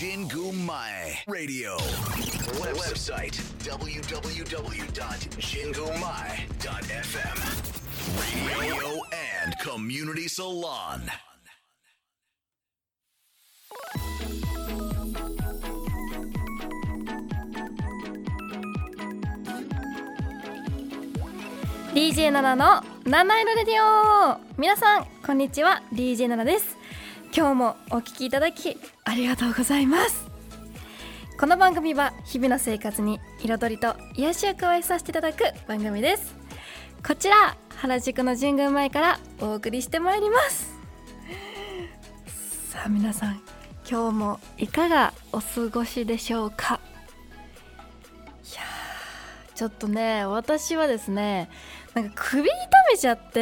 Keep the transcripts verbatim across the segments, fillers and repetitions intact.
Jingu Mai Radio. Website double-u double-u double-u dot jingu mai dot f m. Radio and Community Salon. ディージェー ナナの七色レディオ。皆さんこんにちは、 ディージェー ナナです。今日もお聞きいただきありがとうございます。この番組は日々の生活に彩りと癒しを加えさせていただく番組です。こちら原宿の神宮前からお送りしてまいります。さあ皆さん、今日もいかがお過ごしでしょうか。いやちょっとね、私はですね、なんか首痛めちゃって、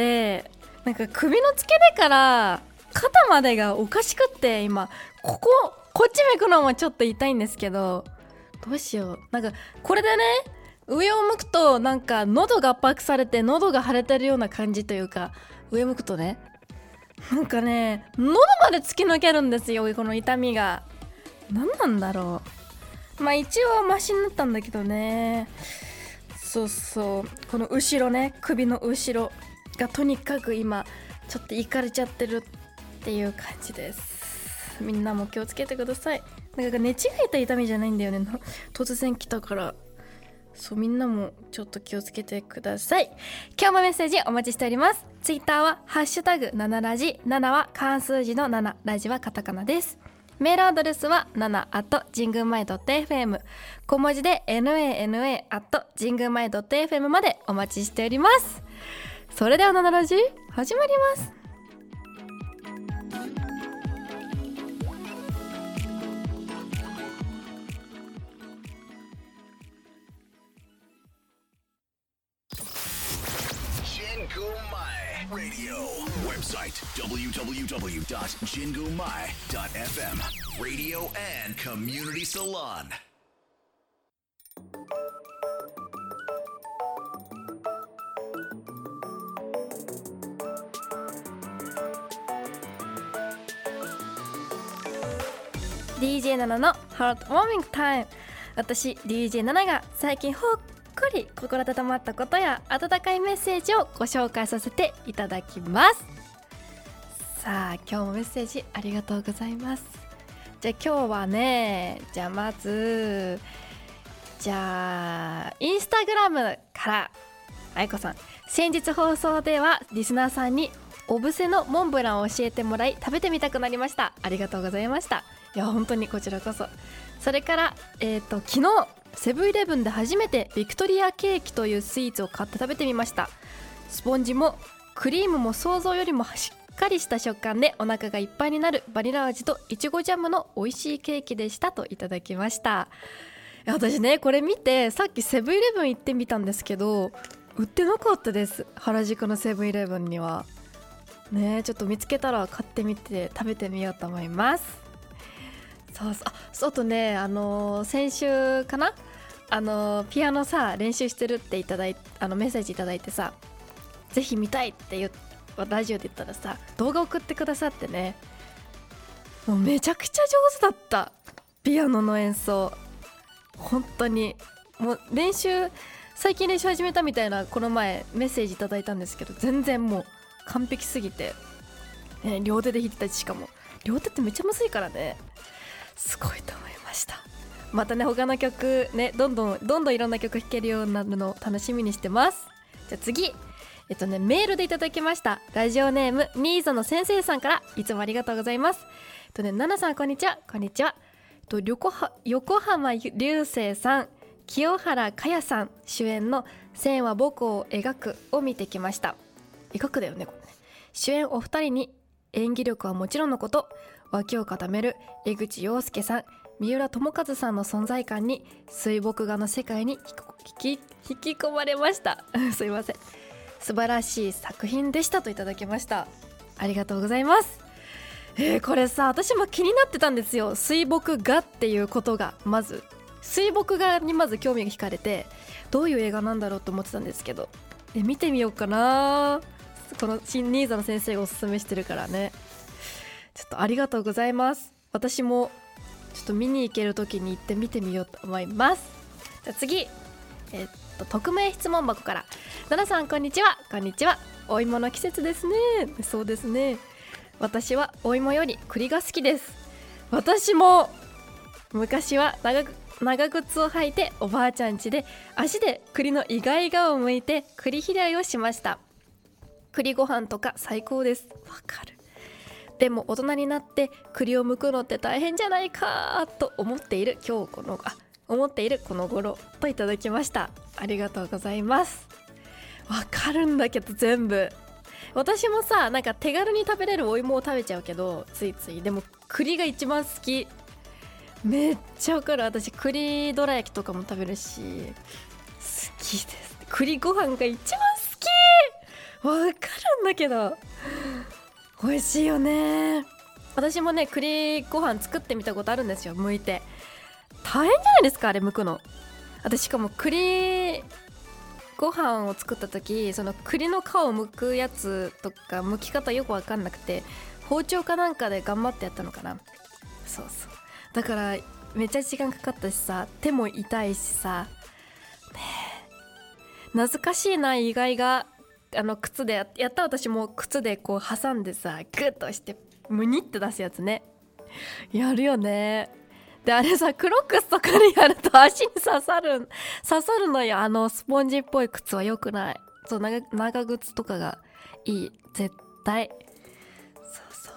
なんか首の付け根から肩までがおかしくって、今こここっち向くのもちょっと痛いんですけど、どうしよう。なんかこれでね、上を向くとなんか喉が圧迫されて喉が腫れてるような感じというか、上向くとね、なんかね、喉まで突き抜けるんですよ、この痛みが。何なんだろう。まあ一応マシになったんだけどね。そうそう、この後ろね、首の後ろがとにかく今ちょっといかれちゃってるっていう感じです。みんなも気をつけてください。なんか寝違えた痛みじゃないんだよね、突然来たから。そう、みんなもちょっと気をつけてください。今日もメッセージお待ちしております。ツイッターはハッシュタグななラジ、ななは漢数字のなな、ラジはカタカナです。メールアドレスはななアットジングマイドットエフエム、 小文字で ナナ アットジングマイドットエフエム までお待ちしております。それではななラジ始まります。 Radio. Website double-u double-u double-u dot jingu mai dot f m. Radio and Community Salon. ディージェー ナナのハートウォーミングタイム。私 ディージェー ナナが最近ほっこり心温まったことや温かいメッセージをご紹介させていただきます。さあ今日もメッセージありがとうございます。じゃあ今日はね、じゃあまずじゃあインスタグラムからあいこさん、先日放送ではリスナーさんにお布施のモンブランを教えてもらい食べてみたくなりました。ありがとうございました。いや本当にこちらこそ。それからえっと昨日セブンイレブンで初めてビクトリアケーキというスイーツを買って食べてみました。スポンジもクリームも想像よりもしっかりした食感でお腹がいっぱいになるバニラ味といちごジャムの美味しいケーキでしたといただきました。いや私ね、これ見てさっきセブンイレブン行ってみたんですけど、売ってなかったです、原宿のセブンイレブンにはね。ちょっと見つけたら買ってみて食べてみようと思います。そうそう、あ、そうとね、あのー、先週かな、あのー、ピアノさ練習してるっていただいあのメッセージいただいてさ、ぜひ見たいって言うラジオで言ったらさ、動画送ってくださってね、もうめちゃくちゃ上手だった。ピアノの演奏本当にもう練習最近練習始めたみたいな、この前メッセージいただいたんですけど、全然もう完璧すぎて、ね、両手で弾いてたし、しかも両手ってめっちゃむずいからね、すごいと思いました。またね、他の曲ね、どんどんどんどんいろんな曲弾けるようになるのを楽しみにしてます。じゃあ次、えっとねメールでいただきました。ラジオネームニーゾの先生さんから、いつもありがとうございます。えっとねナナさんこんにちは。こんにちは。えっと横は横浜流星さん、清原果耶さん主演の線は僕を描くを見てきました。描くだよね、これね。主演お二人に演技力はもちろんのこと、脇を固める江口洋介さん、三浦友和さんの存在感に水墨画の世界に引き、引き込まれましたすいません。素晴らしい作品でしたといただきました。ありがとうございます。えー、これさ、私も気になってたんですよ、水墨画っていうことが。まず水墨画にまず興味が惹かれて、どういう映画なんだろうと思ってたんですけど、え見てみようかな。この新ニーザの先生がおすすめしてるからね。ちょっとありがとうございます。私もちょっと見に行ける時に行って見てみようと思います。じゃあ次、えっと匿名質問箱から、ななさんこんにちは。こんにちは。お芋の季節ですね。そうですね。私はお芋より栗が好きです。私も昔は長く長靴を履いておばあちゃん家で足で栗のイガイガを剥いて栗拾いをしました。栗ご飯とか最高です。わかる。でも大人になって栗を剥くのって大変じゃないかと思っている今日このあ思っているこの頃といただきました。ありがとうございます。わかるんだけど全部。私もさ、なんか手軽に食べれるお芋を食べちゃうけどついつい。でも栗が一番好き。めっちゃわかる。私栗どら焼きとかも食べるし好きです。栗ご飯が一番好き。わかるんだけど美味しいよね。私もね栗ご飯作ってみたことあるんですよ。剥いて大変じゃないですかあれ剥くの。私しかも栗ご飯を作った時、その栗の皮を剥くやつとか剥き方よくわかんなくて包丁かなんかで頑張ってやったのかな。そうそう、だからめっちゃ時間かかったしさ、手も痛いしさ、ねえ、懐かしいな。意外があの靴でやった。私も靴でこう挟んでさグッとしてムニって出すやつね、やるよね。であれさ、クロックスとかでやると足に刺さる刺さるのよ。あのスポンジっぽい靴は良くない。そう、 長, 長靴とかがいい、絶対。そうそう、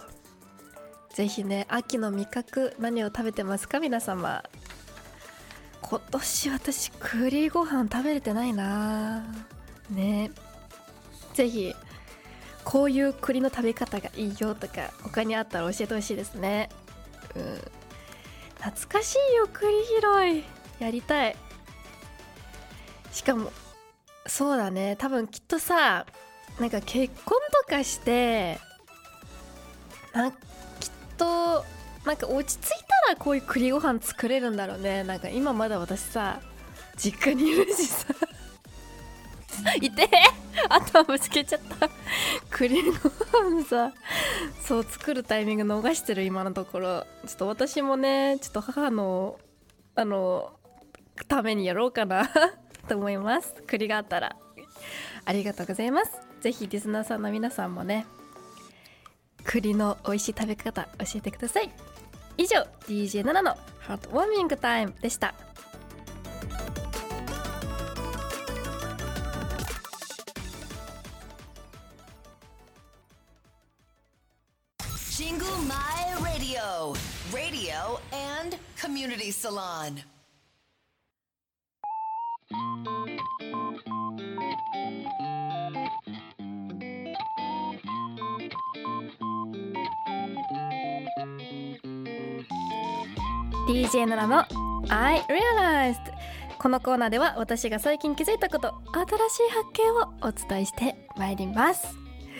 ぜひね、秋の味覚何を食べてますか皆様。今年私栗ご飯食べれてないなね。ぜひこういう栗の食べ方がいいよとか他にあったら教えてほしいですね。うん、懐かしいよ栗拾い、やりたい。しかもそうだね、多分きっとさ、なんか結婚とかしてなんきっとなんか落ち着いたらこういう栗ご飯作れるんだろうね。なんか今まだ私さ実家にいるしさいて頭ぶつけちゃった。栗ご飯さ、そう作るタイミング逃してる今のところ。ちょっと私もね、ちょっと母のあのためにやろうかなと思います。栗があったら。ありがとうございます。ぜひリスナーさんの皆さんもね、栗の美味しい食べ方教えてください。以上 ディージェー ナナのハートウォーミングタイムでした。 Jingle My Radio, Radio and Community Salon. ディージェー ナナの I Realized。 このコーナーでは私が最近気づいたこと、新しい発見をお伝えしてまいります。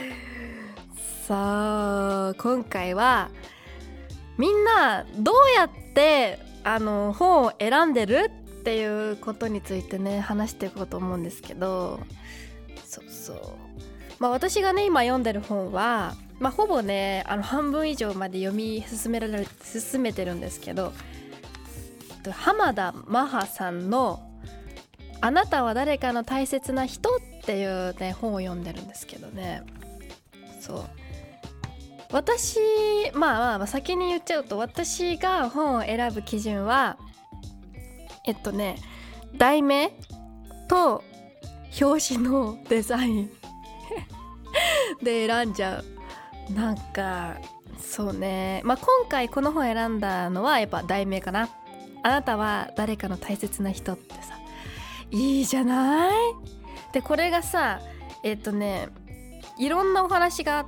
さあ今回はみんなどうやってあの本を選んでるっていうことについてね話していこうと思うんですけど、そうそう、まあ私がね今読んでる本は、まあ、ほぼねあの半分以上まで読み進められ進めてるんですけど、浜田マハさんのあなたは誰かの大切な人っていうね本を読んでるんですけどね。そう、私まあまあ先に言っちゃうと、私が本を選ぶ基準はえっとね題名と表紙のデザインで選んじゃう。なんかそうね、まあ今回この本選んだのはやっぱ題名かな。あなたは誰かの大切な人ってさ、いいじゃない。でこれがさえっとねいろんなお話があって、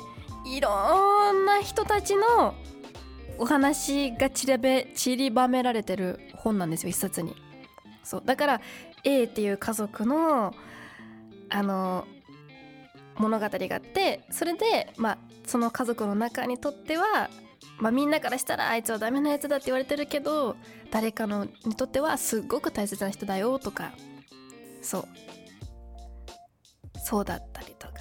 いろんな人たちのお話が散りべ散りばめられてる本なんですよ、一冊に。そうだから A っていう家族のあの物語があって、それでまあその家族の中にとっては、まあ、みんなからしたらあいつはダメなやつだって言われてるけど、誰かのにとってはすっごく大切な人だよとか、そうそうだったりとかね、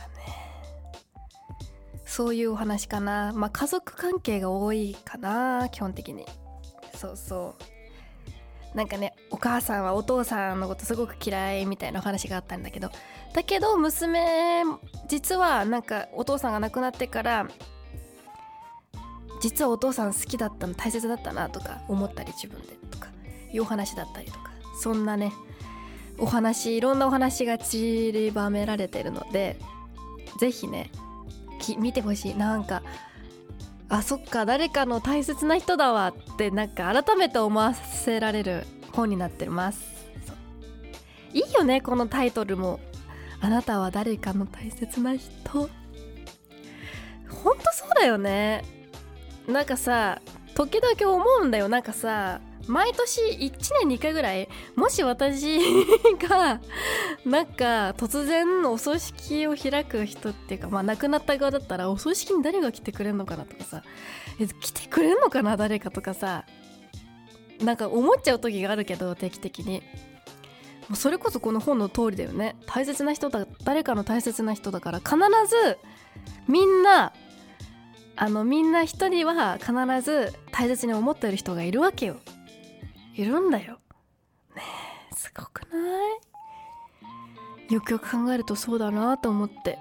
そういうお話かな。まあ家族関係が多いかな基本的に。 そうそうなんかねお母さんはお父さんのことすごく嫌いみたいなお話があったんだけどだけど娘実はなんかお父さんが亡くなってから実はお父さん好きだったの大切だったなとか思ったり自分でとかいうお話だったりとかそんなねお話いろんなお話が散りばめられているのでぜひねき見てほしいなんかあそっか誰かの大切な人だわってなんか改めて思わせられる本になってますいいよねこのタイトルもあなたは誰かの大切な人ほんとそうだよねなんかさ時々思うんだよなんかさ毎年いちねんにいっかいぐらいもし私がなんか突然お葬式を開く人っていうかまあ亡くなった側だったらお葬式に誰が来てくれるのかなとかさえ来てくれるのかな誰かとかさなんか思っちゃう時があるけど定期的にもうそれこそこの本の通りだよね大切な人だ誰かの大切な人だから必ずみんなあのみんな一人は必ず大切に思ってる人がいるわけよいるんだよねえすごくないよくよく考えるとそうだなと思って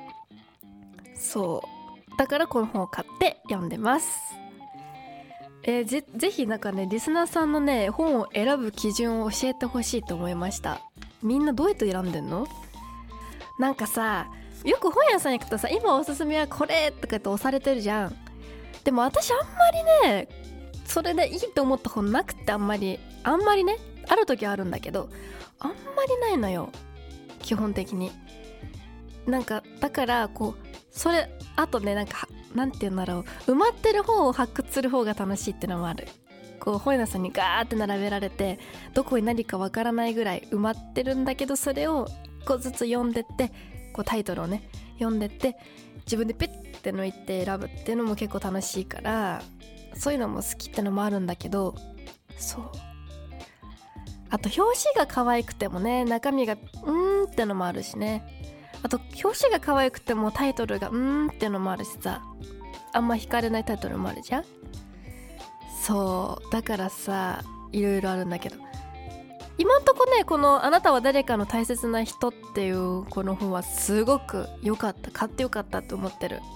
そうだからこの本を買って読んでますえー、ぜ, ぜひなんかねリスナーさんのね本を選ぶ基準を教えてほしいと思いましたみんなどうやって選んでんのなんかさよく本屋さん行くとさ今おすすめはこれとかって押されてるじゃんでも私あんまりねそれでいいと思った本なくてあんまりあんまりねある時はあるんだけどあんまりないのよ基本的になんかだからこうそれあとねなんかなんて言うんだろう埋まってる方を発掘する方が楽しいってのもあるこう本屋さんにガーって並べられてどこに何かわからないぐらい埋まってるんだけどそれを一個ずつ読んでってこうタイトルをね読んでって自分でピッて抜いて選ぶっていうのも結構楽しいからそういうのも好きってのもあるんだけどそうあと表紙が可愛くてもね中身がうーんってのもあるしねあと表紙が可愛くてもタイトルがうーんってのもあるしさあんま惹かれないタイトルもあるじゃんそうだからさいろいろあるんだけど今んとこねこのあなたは誰かの大切な人っていうこの本はすごく良かった買って良かったって思ってる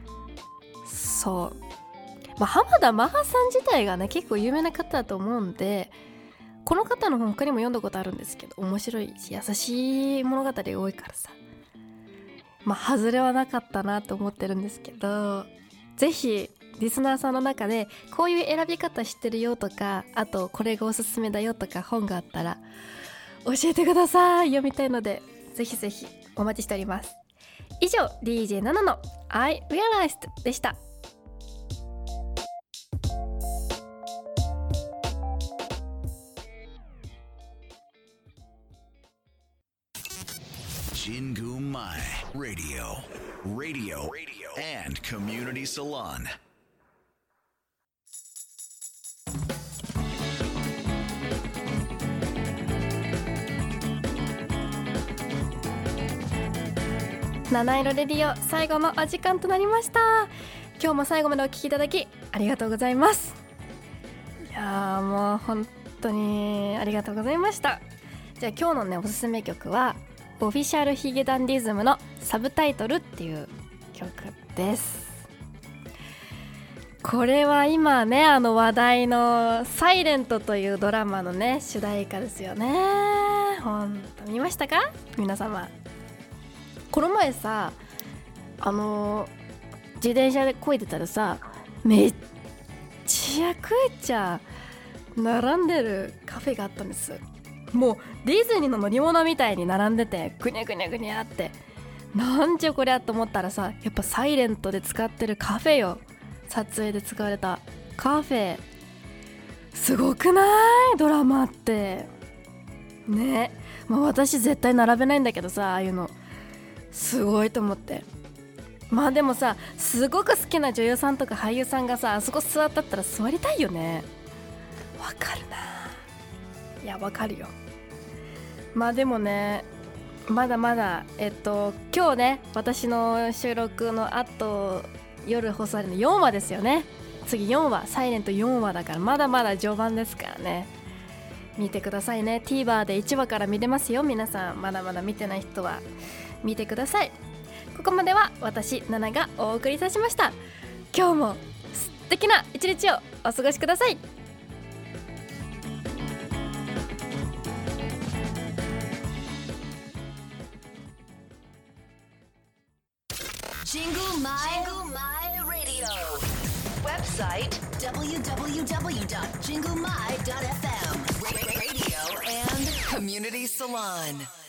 そうまあ、浜田マハさん自体がね結構有名な方だと思うんでこの方の本他にも読んだことあるんですけど面白いし優しい物語が多いからさまあ外れはなかったなと思ってるんですけどぜひリスナーさんの中でこういう選び方知ってるよとかあとこれがおすすめだよとか本があったら教えてください読みたいのでぜひぜひお待ちしております以上 ディージェー ナナの I Realized でした Jingu Mai Radio, Radio, and Community Salon. 七色レディオ最後のお時間となりました今日も最後までお聞きいただきありがとうございますいやーもう本当にありがとうございましたじゃあ今日のねおすすめ曲はオフィシャルヒゲダンディズムのサブタイトルっていう曲ですこれは今ねあの話題のサイレントというドラマのね主題歌ですよね本当見ましたか皆様この前さあの自転車で漕いでたらさめっちゃくちゃ並んでるカフェがあったんですもうディズニーの乗り物みたいに並んでてぐにゃぐにゃぐにゃってなんじゃこりゃと思ったらさやっぱサイレントで使ってるカフェよ撮影で使われたカフェすごくないドラマってねまあ私絶対並べないんだけどさああいうのすごいと思ってまあでもさすごく好きな女優さんとか俳優さんがさあそこ座ったったら座りたいよねわかるないやわかるよまあでもねまだまだえっと今日ね私の収録の後夜放送されるのよんわですよね次よんわ、サイレントよんわだからまだまだ序盤ですからね。見てくださいね。 TVer でいちわから見れますよ。皆さんまだまだ見てない人は見てください。ここまでは私ナナがお送りいたしました。今日も素敵な一日をお過ごしください。 Jingle My Radio. Website double-u double-u double-u dot jingle my dot f m. Radio and Community Salon.